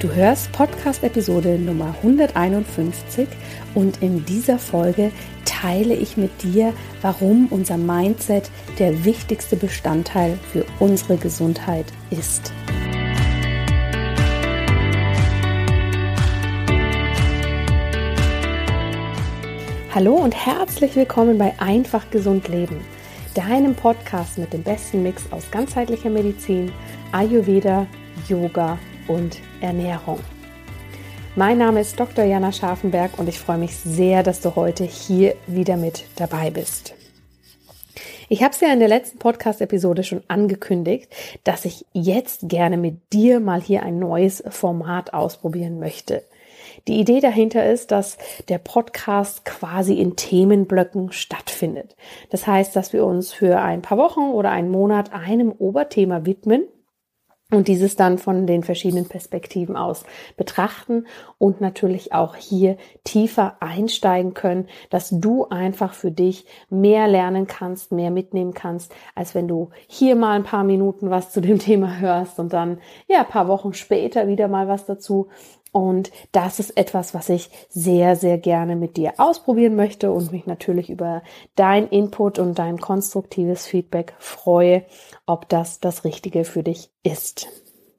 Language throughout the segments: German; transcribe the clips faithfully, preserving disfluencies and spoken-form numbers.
Du hörst Podcast-Episode Nummer hunderteinundfünfzig und in dieser Folge teile ich mit dir, warum unser Mindset der wichtigste Bestandteil für unsere Gesundheit ist. Hallo und herzlich willkommen bei Einfach Gesund Leben, deinem Podcast mit dem besten Mix aus ganzheitlicher Medizin, Ayurveda, Yoga und Ernährung. Mein Name ist Doktor Jana Scharfenberg und ich freue mich sehr, dass du heute hier wieder mit dabei bist. Ich habe es ja in der letzten Podcast-Episode schon angekündigt, dass ich jetzt gerne mit dir mal hier ein neues Format ausprobieren möchte. Die Idee dahinter ist, dass der Podcast quasi in Themenblöcken stattfindet. Das heißt, dass wir uns für ein paar Wochen oder einen Monat einem Oberthema widmen und dieses dann von den verschiedenen Perspektiven aus betrachten und natürlich auch hier tiefer einsteigen können, dass du einfach für dich mehr lernen kannst, mehr mitnehmen kannst, als wenn du hier mal ein paar Minuten was zu dem Thema hörst und dann ja ein paar Wochen später wieder mal was dazu. Und das ist etwas, was ich sehr, sehr gerne mit dir ausprobieren möchte und mich natürlich über dein Input und dein konstruktives Feedback freue, ob das das Richtige für dich ist.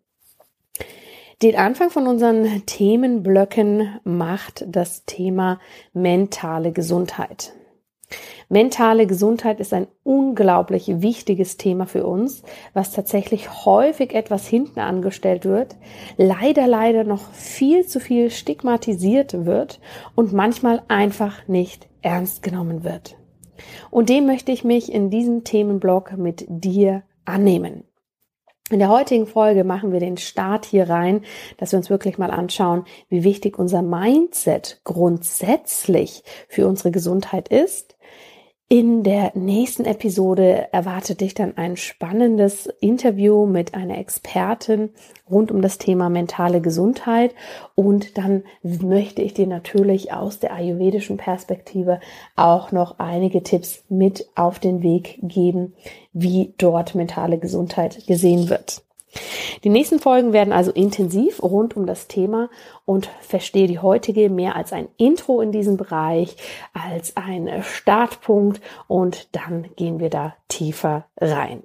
Den Anfang von unseren Themenblöcken macht das Thema mentale Gesundheit. Mentale Gesundheit ist ein unglaublich wichtiges Thema für uns, was tatsächlich häufig etwas hinten angestellt wird, leider, leider noch viel zu viel stigmatisiert wird und manchmal einfach nicht ernst genommen wird. Und dem möchte ich mich in diesem Themenblock mit dir annehmen. In der heutigen Folge machen wir den Start hier rein, dass wir uns wirklich mal anschauen, wie wichtig unser Mindset grundsätzlich für unsere Gesundheit ist. In der nächsten Episode erwartet dich dann ein spannendes Interview mit einer Expertin rund um das Thema mentale Gesundheit und dann möchte ich dir natürlich aus der ayurvedischen Perspektive auch noch einige Tipps mit auf den Weg geben, wie dort mentale Gesundheit gesehen wird. Die nächsten Folgen werden also intensiv rund um das Thema und verstehe die heutige mehr als ein Intro in diesem Bereich, als ein Startpunkt und dann gehen wir da tiefer rein.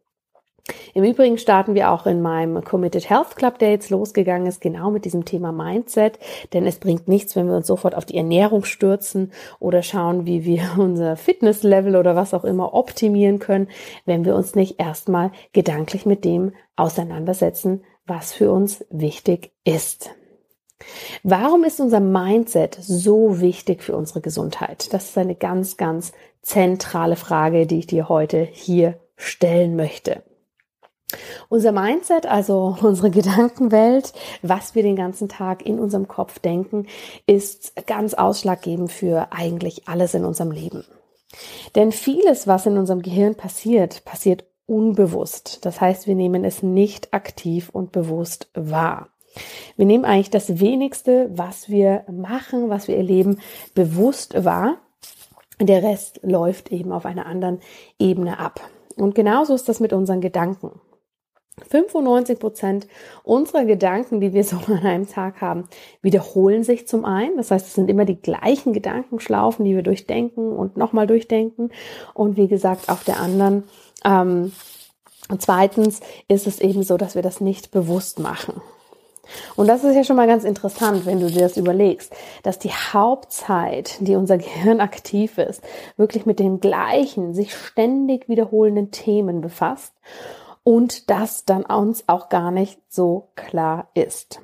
Im Übrigen starten wir auch in meinem Committed Health Club, der jetzt losgegangen ist, genau mit diesem Thema Mindset, denn es bringt nichts, wenn wir uns sofort auf die Ernährung stürzen oder schauen, wie wir unser Fitnesslevel oder was auch immer optimieren können, wenn wir uns nicht erstmal gedanklich mit dem auseinandersetzen, was für uns wichtig ist. Warum ist unser Mindset so wichtig für unsere Gesundheit? Das ist eine ganz, ganz zentrale Frage, die ich dir heute hier stellen möchte. Unser Mindset, also unsere Gedankenwelt, was wir den ganzen Tag in unserem Kopf denken, ist ganz ausschlaggebend für eigentlich alles in unserem Leben. Denn vieles, was in unserem Gehirn passiert, passiert unbewusst. Das heißt, wir nehmen es nicht aktiv und bewusst wahr. Wir nehmen eigentlich das Wenigste, was wir machen, was wir erleben, bewusst wahr. Der Rest läuft eben auf einer anderen Ebene ab. Und genauso ist das mit unseren Gedanken. fünfundneunzig Prozent unserer Gedanken, die wir so an einem Tag haben, wiederholen sich zum einen. Das heißt, es sind immer die gleichen Gedankenschlaufen, die wir durchdenken und nochmal durchdenken. Und wie gesagt, auf der anderen, ähm, und zweitens ist es eben so, dass wir das nicht bewusst machen. Und das ist ja schon mal ganz interessant, wenn du dir das überlegst, dass die Hauptzeit, die unser Gehirn aktiv ist, wirklich mit den gleichen, sich ständig wiederholenden Themen befasst. Und das dann uns auch gar nicht so klar ist.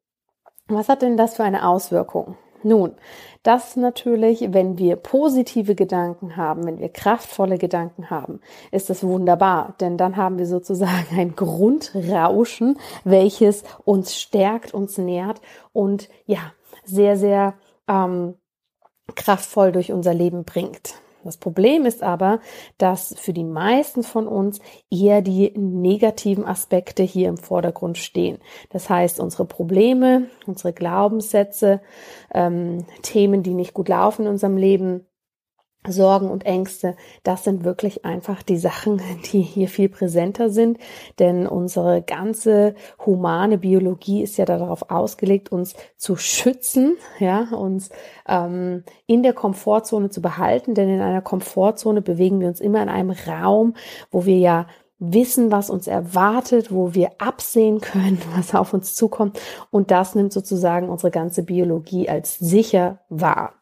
Was hat denn das für eine Auswirkung? Nun, das natürlich, wenn wir positive Gedanken haben, wenn wir kraftvolle Gedanken haben, ist das wunderbar, denn dann haben wir sozusagen ein Grundrauschen, welches uns stärkt, uns nährt und ja, sehr, sehr ähm, kraftvoll durch unser Leben bringt. Das Problem ist aber, dass für die meisten von uns eher die negativen Aspekte hier im Vordergrund stehen. Das heißt, unsere Probleme, unsere Glaubenssätze, ähm, Themen, die nicht gut laufen in unserem Leben, Sorgen und Ängste, das sind wirklich einfach die Sachen, die hier viel präsenter sind, denn unsere ganze humane Biologie ist ja darauf ausgelegt, uns zu schützen, ja, uns ähm, in der Komfortzone zu behalten, denn in einer Komfortzone bewegen wir uns immer in einem Raum, wo wir ja wissen, was uns erwartet, wo wir absehen können, was auf uns zukommt, und das nimmt sozusagen unsere ganze Biologie als sicher wahr.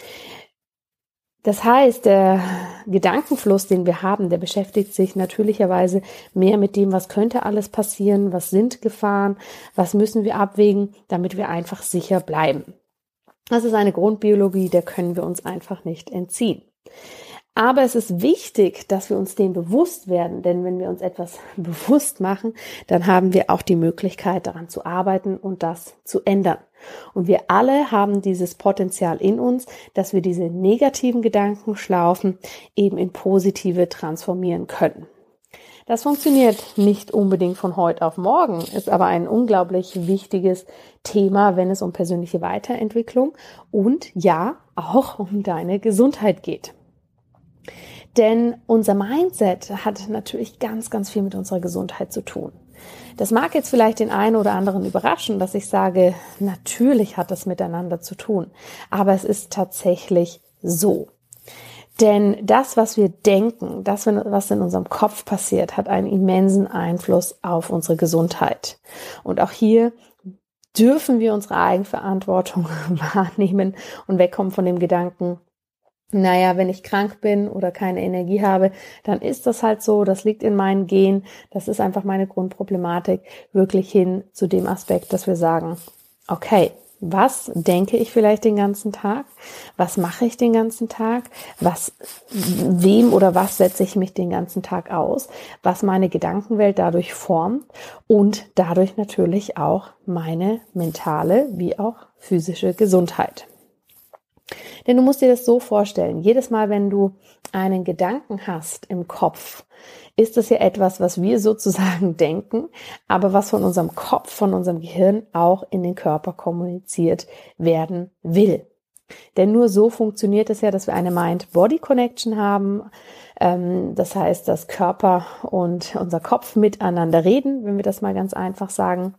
Das heißt, der Gedankenfluss, den wir haben, der beschäftigt sich natürlicherweise mehr mit dem, was könnte alles passieren, was sind Gefahren, was müssen wir abwägen, damit wir einfach sicher bleiben. Das ist eine Grundbiologie, der können wir uns einfach nicht entziehen. Aber es ist wichtig, dass wir uns dem bewusst werden, denn wenn wir uns etwas bewusst machen, dann haben wir auch die Möglichkeit, daran zu arbeiten und das zu ändern. Und wir alle haben dieses Potenzial in uns, dass wir diese negativen Gedankenschlaufen eben in positive transformieren können. Das funktioniert nicht unbedingt von heute auf morgen, ist aber ein unglaublich wichtiges Thema, wenn es um persönliche Weiterentwicklung und ja, auch um deine Gesundheit geht. Denn unser Mindset hat natürlich ganz, ganz viel mit unserer Gesundheit zu tun. Das mag jetzt vielleicht den einen oder anderen überraschen, dass ich sage, natürlich hat das miteinander zu tun. Aber es ist tatsächlich so. Denn das, was wir denken, das, was in unserem Kopf passiert, hat einen immensen Einfluss auf unsere Gesundheit. Und auch hier dürfen wir unsere Eigenverantwortung wahrnehmen und wegkommen von dem Gedanken, naja, wenn ich krank bin oder keine Energie habe, dann ist das halt so, das liegt in meinen Genen, das ist einfach meine Grundproblematik, wirklich hin zu dem Aspekt, dass wir sagen, okay, was denke ich vielleicht den ganzen Tag? Was mache ich den ganzen Tag? Was, wem oder was setze ich mich den ganzen Tag aus? Was meine Gedankenwelt dadurch formt und dadurch natürlich auch meine mentale wie auch physische Gesundheit. Denn du musst dir das so vorstellen, jedes Mal, wenn du einen Gedanken hast im Kopf, ist das ja etwas, was wir sozusagen denken, aber was von unserem Kopf, von unserem Gehirn auch in den Körper kommuniziert werden will. Denn nur so funktioniert es ja, dass wir eine Mind-Body-Connection haben. Das heißt, dass Körper und unser Kopf miteinander reden, wenn wir das mal ganz einfach sagen.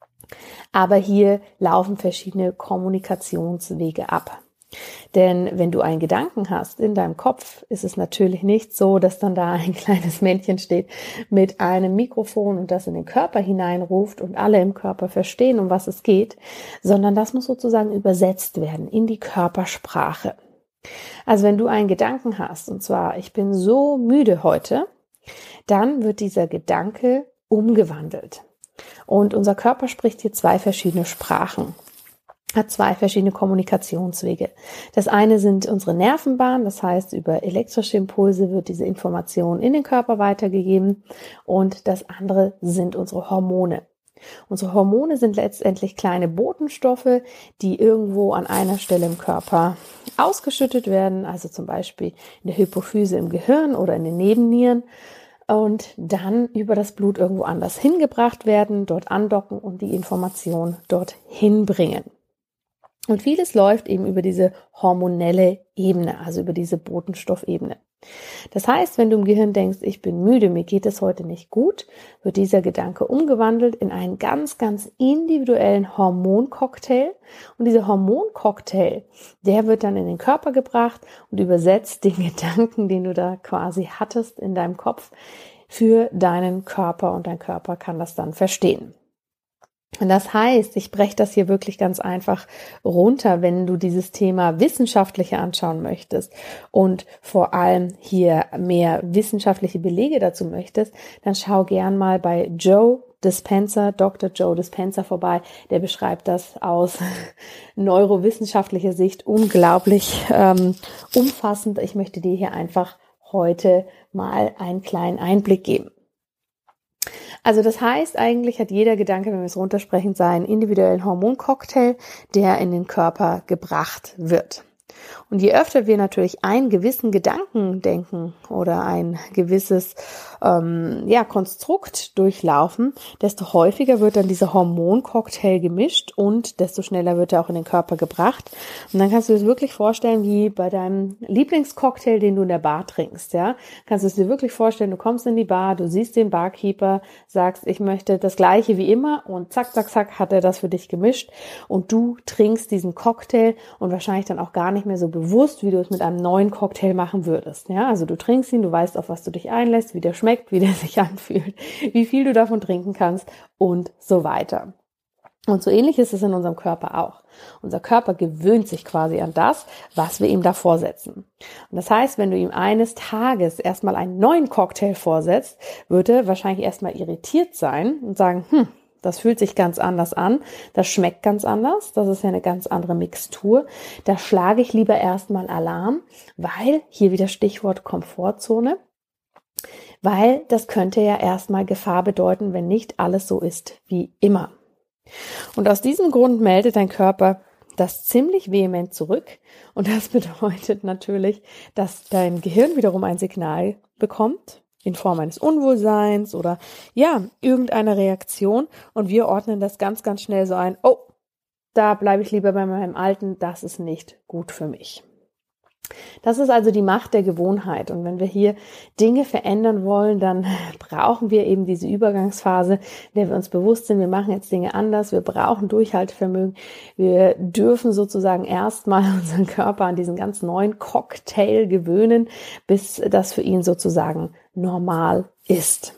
Aber hier laufen verschiedene Kommunikationswege ab. Denn wenn du einen Gedanken hast in deinem Kopf, ist es natürlich nicht so, dass dann da ein kleines Männchen steht mit einem Mikrofon und das in den Körper hineinruft und alle im Körper verstehen, um was es geht, sondern das muss sozusagen übersetzt werden in die Körpersprache. Also wenn du einen Gedanken hast, und zwar, ich bin so müde heute, dann wird dieser Gedanke umgewandelt. Und unser Körper spricht hier zwei verschiedene Sprachen. Hat zwei verschiedene Kommunikationswege. Das eine sind unsere Nervenbahnen, das heißt, über elektrische Impulse wird diese Information in den Körper weitergegeben, und das andere sind unsere Hormone. Unsere Hormone sind letztendlich kleine Botenstoffe, die irgendwo an einer Stelle im Körper ausgeschüttet werden, also zum Beispiel in der Hypophyse im Gehirn oder in den Nebennieren, und dann über das Blut irgendwo anders hingebracht werden, dort andocken und die Information dorthin bringen. Und vieles läuft eben über diese hormonelle Ebene, also über diese Botenstoffebene. Das heißt, wenn du im Gehirn denkst, ich bin müde, mir geht es heute nicht gut, wird dieser Gedanke umgewandelt in einen ganz, ganz individuellen Hormoncocktail. Und dieser Hormoncocktail, der wird dann in den Körper gebracht und übersetzt den Gedanken, den du da quasi hattest in deinem Kopf, für deinen Körper, und dein Körper kann das dann verstehen. Und das heißt, ich breche das hier wirklich ganz einfach runter, wenn du dieses Thema wissenschaftlicher anschauen möchtest und vor allem hier mehr wissenschaftliche Belege dazu möchtest, dann schau gern mal bei Joe Dispenza, Doktor Joe Dispenza vorbei. Der beschreibt das aus neurowissenschaftlicher Sicht unglaublich ähm, umfassend. Ich möchte dir hier einfach heute mal einen kleinen Einblick geben. Also das heißt, eigentlich hat jeder Gedanke, wenn wir es runtersprechen, seinen individuellen Hormoncocktail, der in den Körper gebracht wird. Und je öfter wir natürlich einen gewissen Gedanken denken oder ein gewisses ähm, ja, Konstrukt durchlaufen, desto häufiger wird dann dieser Hormoncocktail gemischt und desto schneller wird er auch in den Körper gebracht. Und dann kannst du dir das wirklich vorstellen, wie bei deinem Lieblingscocktail, den du in der Bar trinkst. Ja, kannst du es dir wirklich vorstellen, du kommst in die Bar, du siehst den Barkeeper, sagst, ich möchte das Gleiche wie immer und zack, zack, zack, hat er das für dich gemischt und du trinkst diesen Cocktail und wahrscheinlich dann auch gar nicht mehr so bewusst, wie du es mit einem neuen Cocktail machen würdest. Ja, also du trinkst ihn, du weißt, auf was du dich einlässt, wie der schmeckt, wie der sich anfühlt, wie viel du davon trinken kannst und so weiter. Und so ähnlich ist es in unserem Körper auch. Unser Körper gewöhnt sich quasi an das, was wir ihm da vorsetzen. Und das heißt, wenn du ihm eines Tages erstmal einen neuen Cocktail vorsetzt, wird er wahrscheinlich erstmal irritiert sein und sagen, hm, das fühlt sich ganz anders an, das schmeckt ganz anders, das ist ja eine ganz andere Mixtur. Da schlage ich lieber erstmal Alarm, weil, hier wieder Stichwort Komfortzone, weil das könnte ja erstmal Gefahr bedeuten, wenn nicht alles so ist wie immer. Und aus diesem Grund meldet dein Körper das ziemlich vehement zurück und das bedeutet natürlich, dass dein Gehirn wiederum ein Signal bekommt, in Form eines Unwohlseins oder ja, irgendeiner Reaktion und wir ordnen das ganz, ganz schnell so ein, oh, da bleibe ich lieber bei meinem Alten, das ist nicht gut für mich. Das ist also die Macht der Gewohnheit und wenn wir hier Dinge verändern wollen, dann brauchen wir eben diese Übergangsphase, in der wir uns bewusst sind, wir machen jetzt Dinge anders, wir brauchen Durchhaltevermögen, wir dürfen sozusagen erstmal unseren Körper an diesen ganz neuen Cocktail gewöhnen, bis das für ihn sozusagen normal ist.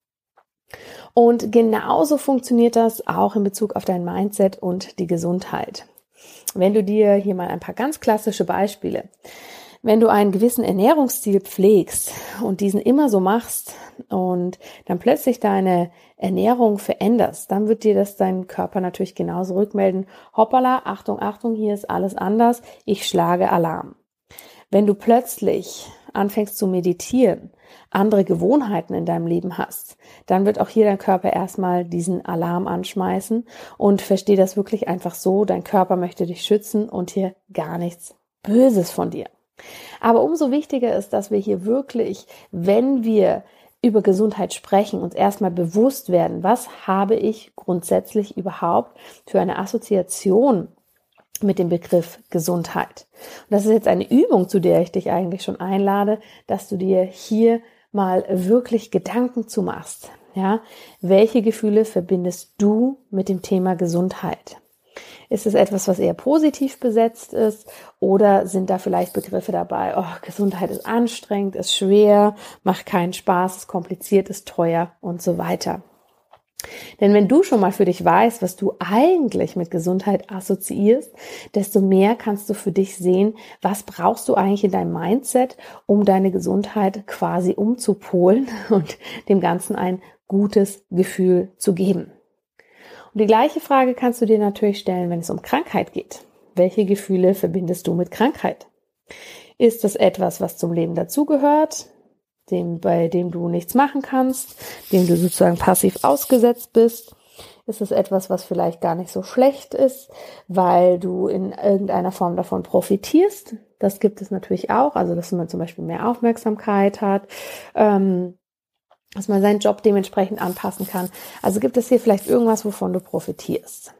Und genauso funktioniert das auch in Bezug auf dein Mindset und die Gesundheit. Wenn du dir hier mal ein paar ganz klassische Beispiele, wenn du einen gewissen Ernährungsstil pflegst und diesen immer so machst und dann plötzlich deine Ernährung veränderst, dann wird dir das dein Körper natürlich genauso rückmelden. Hoppala, Achtung, Achtung, hier ist alles anders, ich schlage Alarm. Wenn du plötzlich anfängst zu meditieren, andere Gewohnheiten in deinem Leben hast, dann wird auch hier dein Körper erstmal diesen Alarm anschmeißen und versteh das wirklich einfach so, dein Körper möchte dich schützen und hier gar nichts Böses von dir. Aber umso wichtiger ist, dass wir hier wirklich, wenn wir über Gesundheit sprechen, uns erstmal bewusst werden, was habe ich grundsätzlich überhaupt für eine Assoziation mit dem Begriff Gesundheit. Und das ist jetzt eine Übung, zu der ich dich eigentlich schon einlade, dass du dir hier mal wirklich Gedanken zu machst. Ja, welche Gefühle verbindest du mit dem Thema Gesundheit? Ist es etwas, was eher positiv besetzt ist oder sind da vielleicht Begriffe dabei, oh, Gesundheit ist anstrengend, ist schwer, macht keinen Spaß, ist kompliziert, ist teuer und so weiter. Denn wenn du schon mal für dich weißt, was du eigentlich mit Gesundheit assoziierst, desto mehr kannst du für dich sehen, was brauchst du eigentlich in deinem Mindset, um deine Gesundheit quasi umzupolen und dem Ganzen ein gutes Gefühl zu geben. Und die gleiche Frage kannst du dir natürlich stellen, wenn es um Krankheit geht. Welche Gefühle verbindest du mit Krankheit? Ist das etwas, was zum Leben dazugehört? Dem, bei dem du nichts machen kannst, dem du sozusagen passiv ausgesetzt bist? Ist es etwas, was vielleicht gar nicht so schlecht ist, weil du in irgendeiner Form davon profitierst? Das gibt es natürlich auch, also dass man zum Beispiel mehr Aufmerksamkeit hat, ähm, dass man seinen Job dementsprechend anpassen kann. Also gibt es hier vielleicht irgendwas, wovon du profitierst.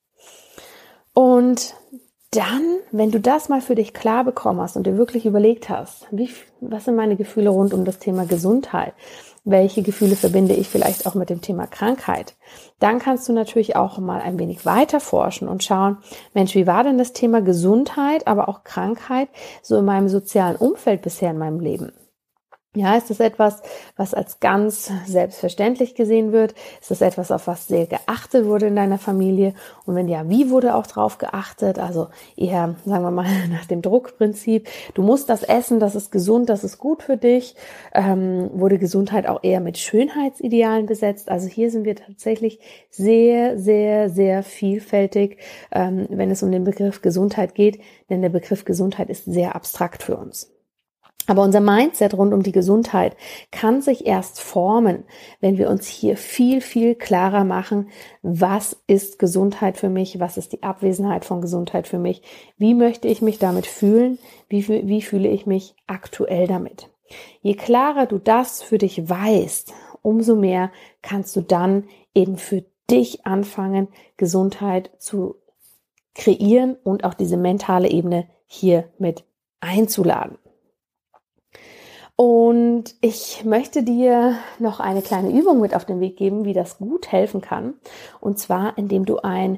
Und dann, wenn du das mal für dich klar bekommen hast und dir wirklich überlegt hast, wie, was sind meine Gefühle rund um das Thema Gesundheit? Welche Gefühle verbinde ich vielleicht auch mit dem Thema Krankheit? Dann kannst du natürlich auch mal ein wenig weiter forschen und schauen, Mensch, wie war denn das Thema Gesundheit, aber auch Krankheit so in meinem sozialen Umfeld bisher in meinem Leben? Ja, ist das etwas, was als ganz selbstverständlich gesehen wird? Ist das etwas, auf was sehr geachtet wurde in deiner Familie? Und wenn ja, wie wurde auch drauf geachtet? Also eher, sagen wir mal, nach dem Druckprinzip. Du musst das essen, das ist gesund, das ist gut für dich. Ähm, wurde Gesundheit auch eher mit Schönheitsidealen besetzt? Also hier sind wir tatsächlich sehr, sehr, sehr vielfältig, ähm, wenn es um den Begriff Gesundheit geht. Denn der Begriff Gesundheit ist sehr abstrakt für uns. Aber unser Mindset rund um die Gesundheit kann sich erst formen, wenn wir uns hier viel, viel klarer machen, was ist Gesundheit für mich, was ist die Abwesenheit von Gesundheit für mich, wie möchte ich mich damit fühlen, wie, wie fühle ich mich aktuell damit. Je klarer du das für dich weißt, umso mehr kannst du dann eben für dich anfangen, Gesundheit zu kreieren und auch diese mentale Ebene hier mit einzuladen. Und ich möchte dir noch eine kleine Übung mit auf den Weg geben, wie das gut helfen kann. Und zwar, indem du ein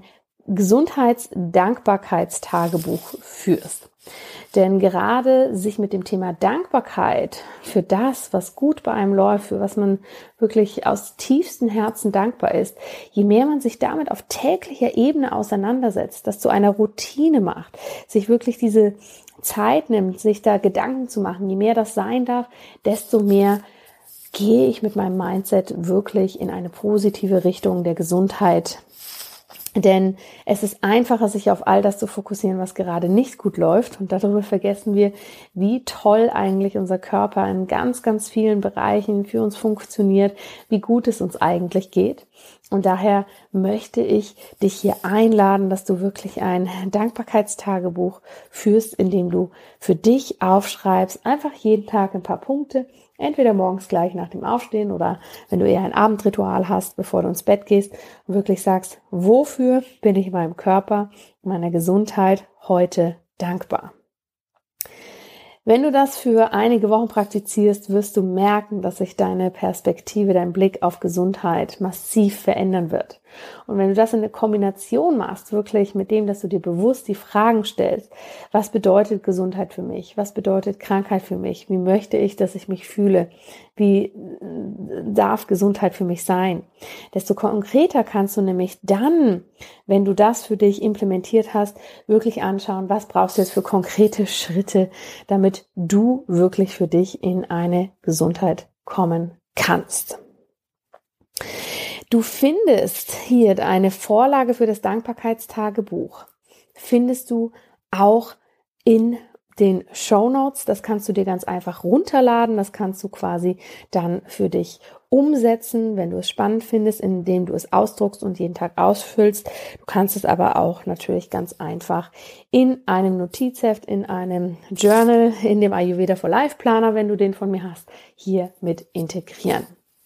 Gesundheitsdankbarkeitstagebuch führst. Denn gerade sich mit dem Thema Dankbarkeit für das, was gut bei einem läuft, für was man wirklich aus tiefstem Herzen dankbar ist, je mehr man sich damit auf täglicher Ebene auseinandersetzt, das zu einer Routine macht, sich wirklich diese Zeit nimmt, sich da Gedanken zu machen, je mehr das sein darf, desto mehr gehe ich mit meinem Mindset wirklich in eine positive Richtung der Gesundheit. Denn es ist einfacher, sich auf all das zu fokussieren, was gerade nicht gut läuft. Und darüber vergessen wir, wie toll eigentlich unser Körper in ganz, ganz vielen Bereichen für uns funktioniert, wie gut es uns eigentlich geht. Und daher möchte ich dich hier einladen, dass du wirklich ein Dankbarkeitstagebuch führst, in dem du für dich aufschreibst, einfach jeden Tag ein paar Punkte, entweder morgens gleich nach dem Aufstehen oder wenn du eher ein Abendritual hast, bevor du ins Bett gehst und wirklich sagst, wofür bin ich meinem Körper, meiner Gesundheit heute dankbar? Wenn du das für einige Wochen praktizierst, wirst du merken, dass sich deine Perspektive, dein Blick auf Gesundheit massiv verändern wird. Und wenn du das in eine Kombination machst, wirklich mit dem, dass du dir bewusst die Fragen stellst, was bedeutet Gesundheit für mich? Was bedeutet Krankheit für mich? Wie möchte ich, dass ich mich fühle? Wie darf Gesundheit für mich sein? Desto konkreter kannst du nämlich dann, wenn du das für dich implementiert hast, wirklich anschauen, was brauchst du jetzt für konkrete Schritte, damit du wirklich für dich in eine Gesundheit kommen kannst. Du findest hier eine Vorlage für das Dankbarkeitstagebuch. Findest du auch in den Shownotes. Das kannst du dir ganz einfach runterladen. Das kannst du quasi dann für dich umsetzen, wenn du es spannend findest, indem du es ausdruckst und jeden Tag ausfüllst. Du kannst es aber auch natürlich ganz einfach in einem Notizheft, in einem Journal, in dem Ayurveda for Life Planer, wenn du den von mir hast, hier mit integrieren.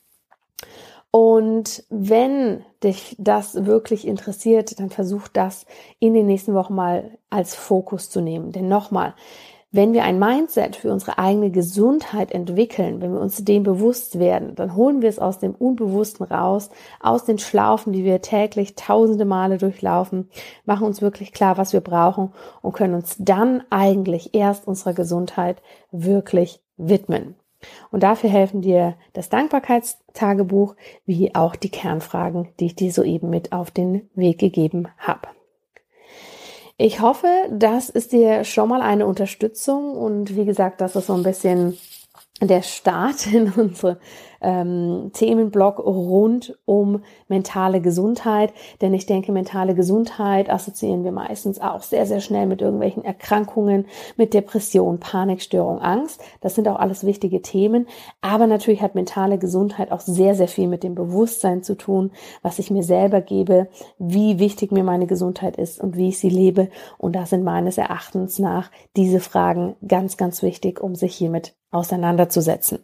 Und wenn dich das wirklich interessiert, dann versuch das in den nächsten Wochen mal als Fokus zu nehmen. Denn nochmal, wenn wir ein Mindset für unsere eigene Gesundheit entwickeln, wenn wir uns dem bewusst werden, dann holen wir es aus dem Unbewussten raus, aus den Schlaufen, die wir täglich tausende Male durchlaufen, machen uns wirklich klar, was wir brauchen und können uns dann eigentlich erst unserer Gesundheit wirklich widmen. Und dafür helfen dir das Dankbarkeitstagebuch, wie auch die Kernfragen, die ich dir soeben mit auf den Weg gegeben habe. Ich hoffe, das ist dir schon mal eine Unterstützung und wie gesagt, das ist so ein bisschen der Start in unsere ähm, Themenblock rund um mentale Gesundheit, denn ich denke, mentale Gesundheit assoziieren wir meistens auch sehr, sehr schnell mit irgendwelchen Erkrankungen, mit Depression, Panikstörung, Angst. Das sind auch alles wichtige Themen, aber natürlich hat mentale Gesundheit auch sehr, sehr viel mit dem Bewusstsein zu tun, was ich mir selber gebe, wie wichtig mir meine Gesundheit ist und wie ich sie lebe, und da sind meines Erachtens nach diese Fragen ganz, ganz wichtig, um sich hiermit auseinanderzusetzen.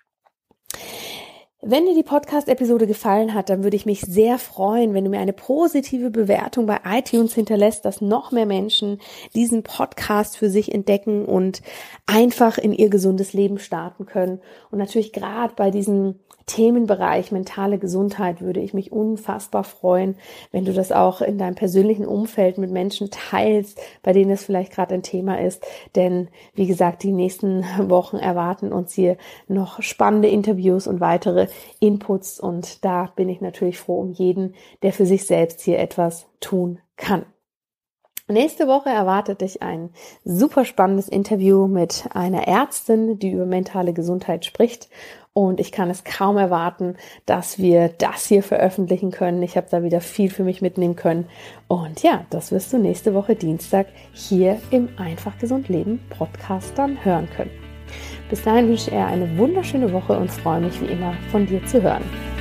Wenn dir die Podcast-Episode gefallen hat, dann würde ich mich sehr freuen, wenn du mir eine positive Bewertung bei iTunes hinterlässt, dass noch mehr Menschen diesen Podcast für sich entdecken und einfach in ihr gesundes Leben starten können. Und natürlich gerade bei diesem Themenbereich mentale Gesundheit würde ich mich unfassbar freuen, wenn du das auch in deinem persönlichen Umfeld mit Menschen teilst, bei denen es vielleicht gerade ein Thema ist. Denn wie gesagt, die nächsten Wochen erwarten uns hier noch spannende Interviews und weitere Inputs. Und da bin ich natürlich froh um jeden, der für sich selbst hier etwas tun kann. Nächste Woche erwartet dich ein super spannendes Interview mit einer Ärztin, die über mentale Gesundheit spricht. Und ich kann es kaum erwarten, dass wir das hier veröffentlichen können. Ich habe da wieder viel für mich mitnehmen können. Und ja, das wirst du nächste Woche Dienstag hier im Einfach Gesund Leben Podcast dann hören können. Bis dahin wünsche ich dir eine wunderschöne Woche und freue mich wie immer, von dir zu hören.